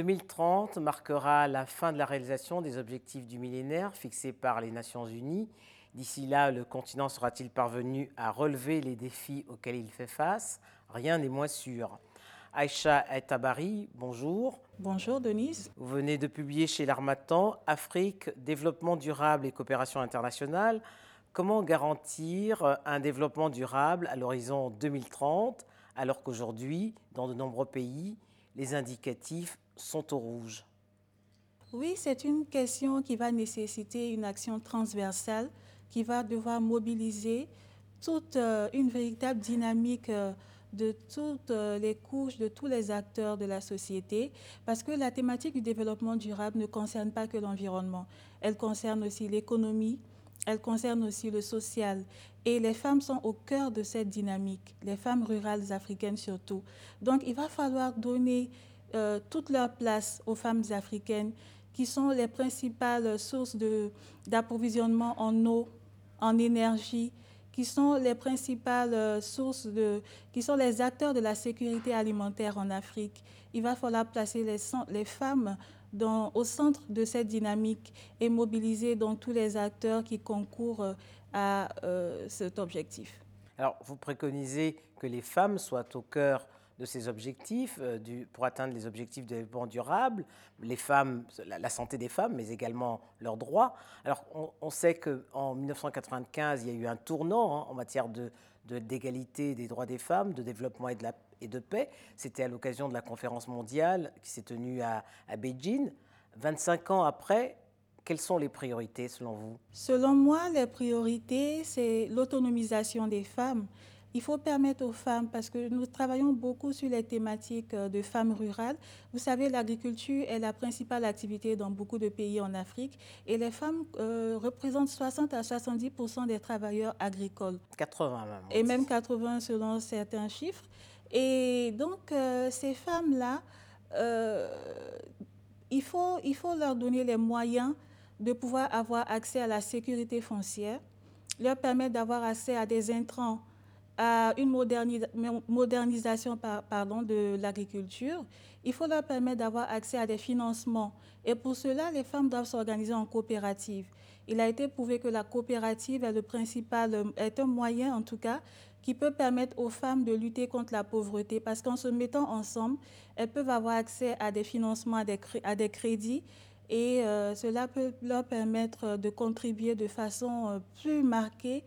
2030 marquera la fin de la réalisation des objectifs du millénaire fixés par les Nations Unies. D'ici là, le continent sera-t-il parvenu à relever les défis auxquels il fait face? Rien n'est moins sûr. Aïcha El-Tabari, bonjour. Bonjour Denise. Vous venez de publier chez l'Harmattan « Afrique, développement durable et coopération internationale ». Comment garantir un développement durable à l'horizon 2030, alors qu'aujourd'hui, dans de nombreux pays, les indicatifs sont au rouge? Oui, c'est une question qui va nécessiter une action transversale, qui va devoir mobiliser toute une véritable dynamique de toutes les couches, de tous les acteurs de la société, parce que la thématique du développement durable ne concerne pas que l'environnement, elle concerne aussi l'économie, elle concerne aussi le social. Et les femmes sont au cœur de cette dynamique, les femmes rurales africaines surtout. Donc il va falloir donner toute leur place aux femmes africaines qui sont les principales sources d'approvisionnement en eau, en énergie, qui sont les principales sources qui sont les acteurs de la sécurité alimentaire en Afrique. Il va falloir placer les femmes au centre de cette dynamique et mobiliser donc tous les acteurs qui concourent à cet objectif. Alors, vous préconisez que les femmes soient au cœur de ces objectifs pour atteindre les objectifs de développement durable, les femmes, la santé des femmes, mais également leurs droits. Alors, on sait qu'en 1995, il y a eu un tournant en matière d'égalité des droits des femmes, de développement et de paix. C'était à l'occasion de la conférence mondiale qui s'est tenue à Beijing. 25 ans après, quelles sont les priorités selon vous? Selon moi, les priorités, c'est l'autonomisation des femmes. Il faut permettre aux femmes, parce que nous travaillons beaucoup sur les thématiques de femmes rurales. Vous savez, l'agriculture est la principale activité dans beaucoup de pays en Afrique et les femmes représentent 60 à 70% des travailleurs agricoles. 80 même. Et même 80 selon certains chiffres. Et donc, ces femmes-là, il faut leur donner les moyens de pouvoir avoir accès à la sécurité foncière, leur permettre d'avoir accès à des intrants, à une modernisation de l'agriculture. Il faut leur permettre d'avoir accès à des financements. Et pour cela, les femmes doivent s'organiser en coopérative. Il a été prouvé que la coopérative est un moyen, en tout cas, qui peut permettre aux femmes de lutter contre la pauvreté, parce qu'en se mettant ensemble, elles peuvent avoir accès à des financements, à des crédits, et cela peut leur permettre de contribuer de façon plus marquée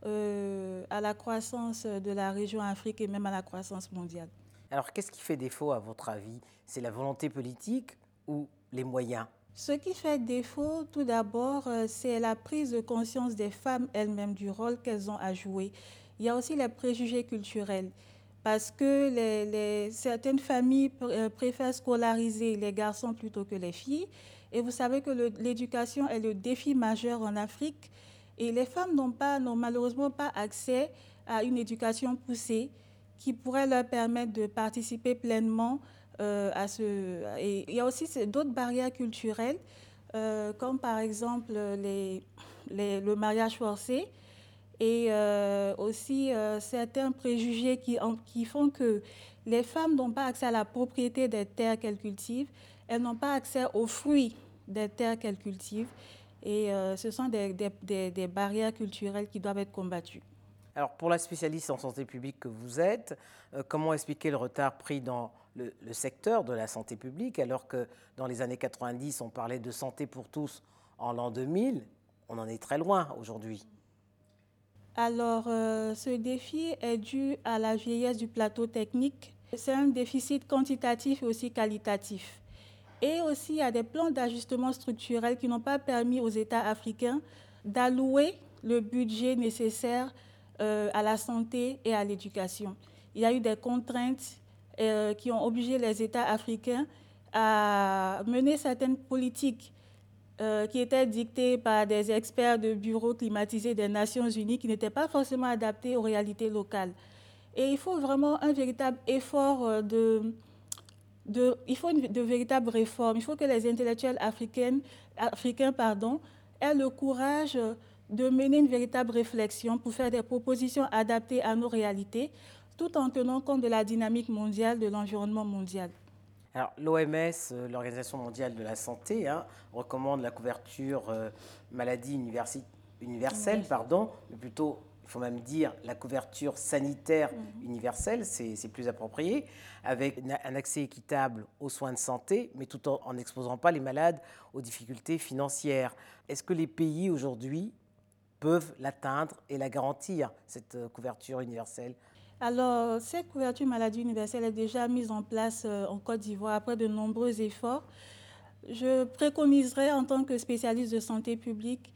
à la croissance de la région Afrique et même à la croissance mondiale. Alors, qu'est-ce qui fait défaut, à votre avis? C'est la volonté politique ou les moyens? Ce qui fait défaut, tout d'abord, c'est la prise de conscience des femmes elles-mêmes du rôle qu'elles ont à jouer. Il y a aussi les préjugés culturels, parce que certaines familles préfèrent scolariser les garçons plutôt que les filles. Et vous savez que l'éducation est le défi majeur en Afrique. Et les femmes n'ont malheureusement pas accès à une éducation poussée qui pourrait leur permettre de participer pleinement Et il y a aussi d'autres barrières culturelles, comme par exemple le mariage forcé et aussi certains préjugés qui font que les femmes n'ont pas accès à la propriété des terres qu'elles cultivent, elles n'ont pas accès aux fruits des terres qu'elles cultivent. Et ce sont des barrières culturelles qui doivent être combattues. Alors, pour la spécialiste en santé publique que vous êtes, comment expliquer le retard pris dans le secteur de la santé publique, alors que dans les années 90, on parlait de santé pour tous en l'an 2000, on en est très loin aujourd'hui? Alors, ce défi est dû à la vieillesse du plateau technique. C'est un déficit quantitatif et aussi qualitatif. Et aussi à des plans d'ajustement structurel qui n'ont pas permis aux États africains d'allouer le budget nécessaire à la santé et à l'éducation. Il y a eu des contraintes qui ont obligé les États africains à mener certaines politiques qui étaient dictées par des experts de bureaux climatisés des Nations Unies qui n'étaient pas forcément adaptés aux réalités locales. Et il faut vraiment un véritable effort il faut de véritables réformes. Il faut que les intellectuels africains aient le courage de mener une véritable réflexion pour faire des propositions adaptées à nos réalités, tout en tenant compte de la dynamique mondiale, de l'environnement mondial. Alors, l'OMS, l'Organisation mondiale de la santé, hein, recommande la couverture maladie universelle, Universel. pardon, mais plutôt, il faut même dire la couverture sanitaire universelle, c'est plus approprié, avec un accès équitable aux soins de santé, mais tout en n'exposant pas les malades aux difficultés financières. Est-ce que les pays aujourd'hui peuvent l'atteindre et la garantir, cette couverture universelle? Alors, cette couverture maladie universelle est déjà mise en place en Côte d'Ivoire après de nombreux efforts. Je préconiserais en tant que spécialiste de santé publique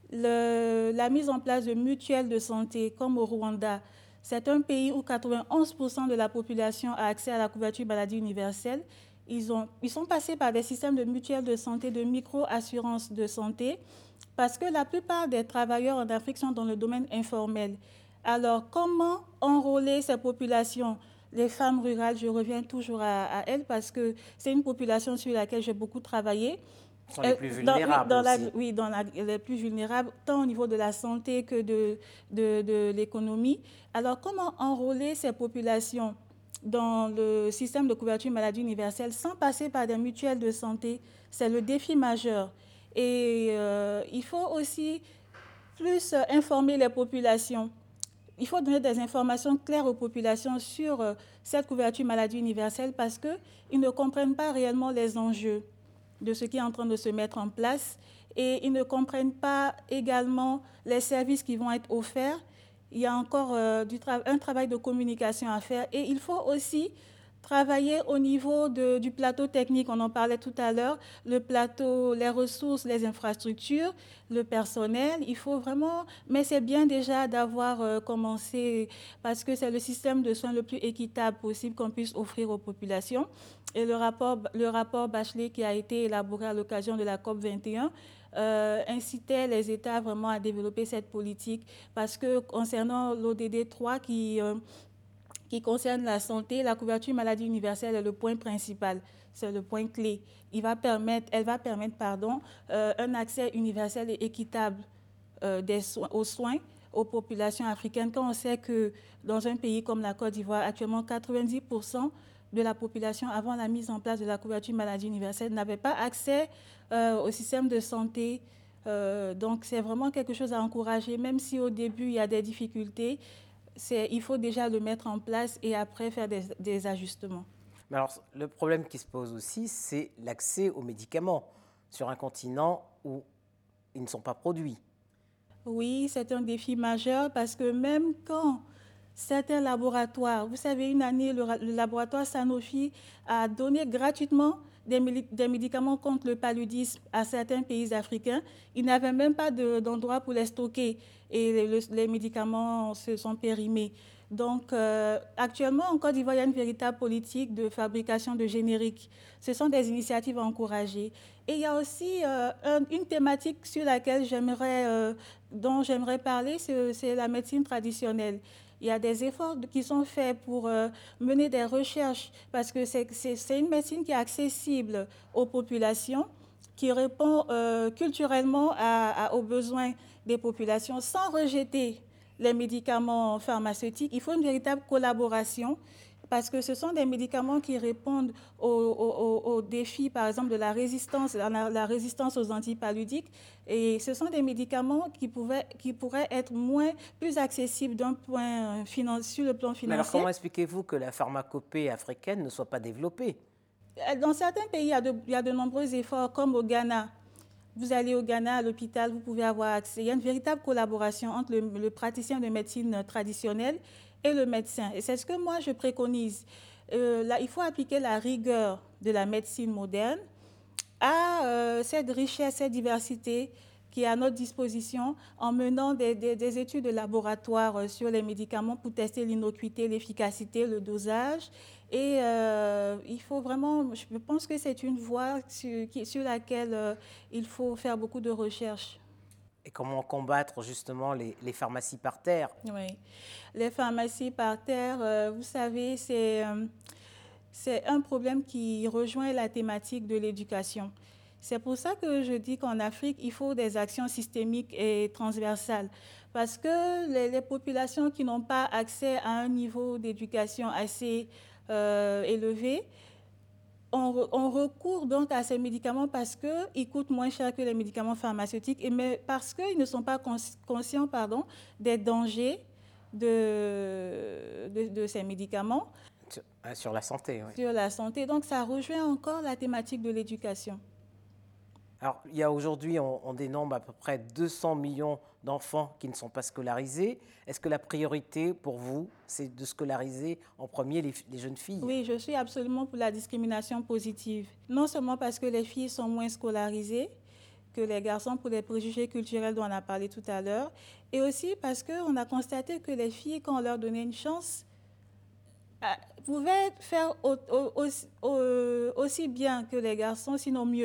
la mise en place de mutuelles de santé comme au Rwanda. C'est un pays où 91% de la population a accès à la couverture maladie universelle. Ils sont passés par des systèmes de mutuelles de santé, de micro-assurance de santé, parce que la plupart des travailleurs en Afrique sont dans le domaine informel. Alors, comment enrôler ces populations? Les femmes rurales, je reviens toujours à elles parce que c'est une population sur laquelle j'ai beaucoup travaillé. Ce sont les plus vulnérables aussi. Les plus vulnérables, tant au niveau de la santé que de l'économie. Alors, comment enrôler ces populations dans le système de couverture maladie universelle sans passer par des mutuelles de santé? C'est le défi majeur. Et il faut aussi plus informer les populations. Il faut donner des informations claires aux populations sur cette couverture maladie universelle parce qu'ils ne comprennent pas réellement les enjeux de ce qui est en train de se mettre en place et ils ne comprennent pas également les services qui vont être offerts. Il y a encore un travail de communication à faire et il faut aussi travailler au niveau du plateau technique, on en parlait tout à l'heure, le plateau, les ressources, les infrastructures, le personnel, il faut vraiment, mais c'est bien déjà d'avoir commencé parce que c'est le système de soins le plus équitable possible qu'on puisse offrir aux populations. Et le rapport Bachelet qui a été élaboré à l'occasion de la COP 21 incitait les États vraiment à développer cette politique parce que concernant l'ODD 3 qui concerne la santé, la couverture maladie universelle est le point principal, c'est le point clé. Elle va permettre un accès universel et équitable aux soins aux populations africaines. Quand on sait que dans un pays comme la Côte d'Ivoire, actuellement 90% de la population, avant la mise en place de la couverture maladie universelle, n'avait pas accès au système de santé. Donc c'est vraiment quelque chose à encourager, même si au début il y a des difficultés. Il faut déjà le mettre en place et après faire des ajustements. Mais alors, le problème qui se pose aussi, c'est l'accès aux médicaments sur un continent où ils ne sont pas produits. Oui, c'est un défi majeur parce que même quand certains laboratoires, vous savez, une année, le laboratoire Sanofi a donné gratuitement des médicaments contre le paludisme à certains pays africains. Ils n'avaient même pas d'endroit pour les stocker et les médicaments se sont périmés. Donc, actuellement, en Côte d'Ivoire, il y a une véritable politique de fabrication de génériques. Ce sont des initiatives à encourager. Et il y a aussi une thématique sur laquelle dont j'aimerais parler, c'est la médecine traditionnelle. Il y a des efforts qui sont faits pour mener des recherches parce que c'est une médecine qui est accessible aux populations, qui répond culturellement aux besoins des populations sans rejeter les médicaments pharmaceutiques. Il faut une véritable collaboration parce que ce sont des médicaments qui répondent aux défis, par exemple, de la résistance aux antipaludiques. Et ce sont des médicaments qui pourraient être plus accessibles sur le plan financier. Mais alors, comment expliquez-vous que la pharmacopée africaine ne soit pas développée? Dans certains pays, il y a de nombreux efforts, comme au Ghana. Vous allez au Ghana, à l'hôpital, vous pouvez avoir accès. Il y a une véritable collaboration entre le praticien de médecine traditionnelle et le médecin. Et c'est ce que moi, je préconise. Là, il faut appliquer la rigueur de la médecine moderne à cette richesse, cette diversité qui est à notre disposition en menant des études de laboratoire sur les médicaments pour tester l'innocuité, l'efficacité, le dosage. Et il faut vraiment, je pense que c'est une voie sur laquelle il faut faire beaucoup de recherches. Et comment combattre justement les pharmacies par terre? Oui, les pharmacies par terre, vous savez, c'est un problème qui rejoint la thématique de l'éducation. C'est pour ça que je dis qu'en Afrique, il faut des actions systémiques et transversales. Parce que les populations qui n'ont pas accès à un niveau d'éducation assez élevé on recourt donc à ces médicaments parce qu'ils coûtent moins cher que les médicaments pharmaceutiques, mais parce qu'ils ne sont pas conscients des dangers de ces médicaments sur la santé, oui. sur la santé. Donc ça rejoint encore la thématique de l'éducation. Alors, il y a aujourd'hui, on dénombre à peu près 200 millions d'enfants qui ne sont pas scolarisés. Est-ce que la priorité pour vous, c'est de scolariser en premier les jeunes filles? Oui, je suis absolument pour la discrimination positive. Non seulement parce que les filles sont moins scolarisées que les garçons pour les préjugés culturels dont on a parlé tout à l'heure, et aussi parce qu'on a constaté que les filles, quand on leur donnait une chance, pouvaient faire aussi bien que les garçons, sinon mieux.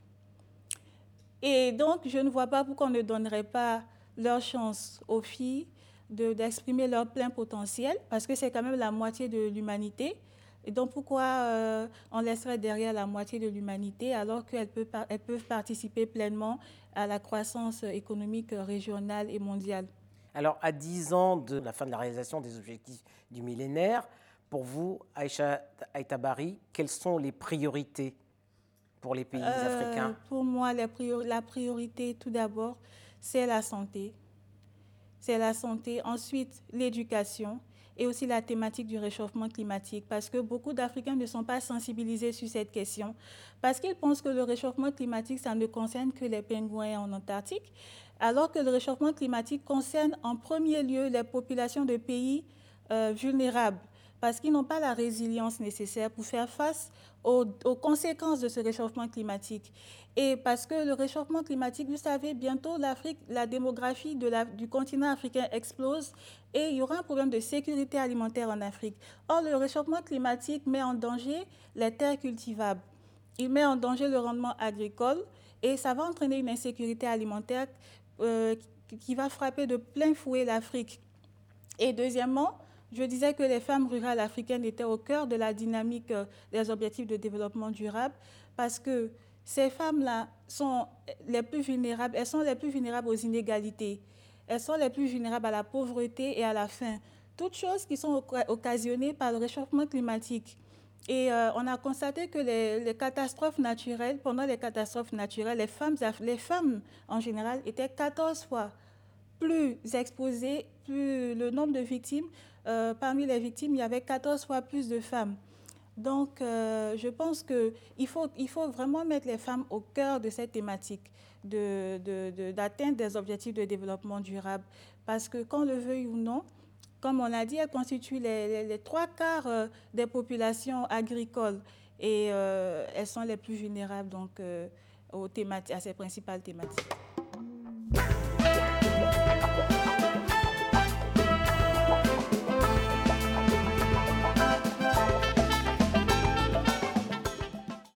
Et donc, je ne vois pas pourquoi on ne donnerait pas leur chance aux filles d'exprimer leur plein potentiel, parce que c'est quand même la moitié de l'humanité. Et donc, pourquoi on laisserait derrière la moitié de l'humanité alors qu'elles peuvent participer pleinement à la croissance économique régionale et mondiale? Alors, à 10 ans de la fin de la réalisation des objectifs du millénaire, pour vous, Aïcha Aïtabari, quelles sont les priorités pour les pays africains? Pour moi, la priorité, tout d'abord, c'est la santé. C'est la santé, ensuite l'éducation et aussi la thématique du réchauffement climatique, parce que beaucoup d'Africains ne sont pas sensibilisés sur cette question, parce qu'ils pensent que le réchauffement climatique, ça ne concerne que les pingouins en Antarctique, alors que le réchauffement climatique concerne en premier lieu les populations de pays vulnérables, parce qu'ils n'ont pas la résilience nécessaire pour faire face aux conséquences de ce réchauffement climatique. Et parce que le réchauffement climatique, vous savez, bientôt la démographie du continent africain explose et il y aura un problème de sécurité alimentaire en Afrique. Or, le réchauffement climatique met en danger les terres cultivables. Il met en danger le rendement agricole et ça va entraîner une insécurité alimentaire qui va frapper de plein fouet l'Afrique. Et deuxièmement, je disais que les femmes rurales africaines étaient au cœur de la dynamique des objectifs de développement durable parce que ces femmes-là sont les plus vulnérables, elles sont les plus vulnérables aux inégalités, elles sont les plus vulnérables à la pauvreté et à la faim, toutes choses qui sont occasionnées par le réchauffement climatique. Et on a constaté que les catastrophes naturelles, pendant les catastrophes naturelles, les femmes en général étaient 14 fois plus exposées, plus le nombre de victimes, parmi les victimes, il y avait 14 fois plus de femmes. Donc, je pense qu'il faut vraiment mettre les femmes au cœur de cette thématique d'atteindre des objectifs de développement durable. Parce que, qu'on le veuille ou non, comme on l'a dit, elles constituent les trois quarts des populations agricoles et elles sont les plus vulnérables donc, à ces principales thématiques.